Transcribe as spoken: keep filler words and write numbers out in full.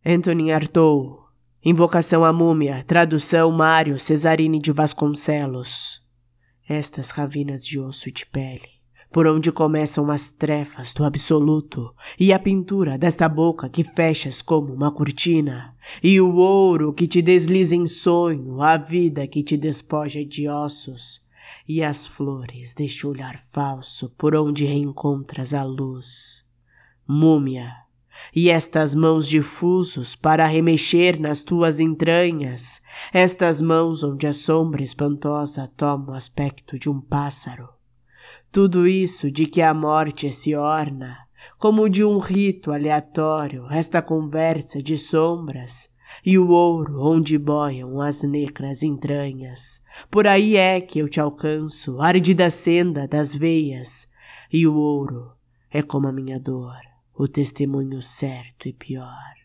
Antonin Artaud. Invocação à múmia. Tradução Mário Cesarini de Vasconcelos. Estas ravinas de osso e de pele, por onde começam as trevas do absoluto, e a pintura desta boca que fechas como uma cortina, e o ouro que te desliza em sonho, a vida que te despoja de ossos, e as flores deste olhar falso por onde reencontras a luz. Múmia, e estas mãos difusos para remexer nas tuas entranhas, estas mãos onde a sombra espantosa toma o aspecto de um pássaro. Tudo isso de que a morte se orna, como de um rito aleatório, esta conversa de sombras, e o ouro onde boiam as negras entranhas. Por aí é que eu te alcanço, ardida senda das veias, e o ouro é como a minha dor, o testemunho certo e pior.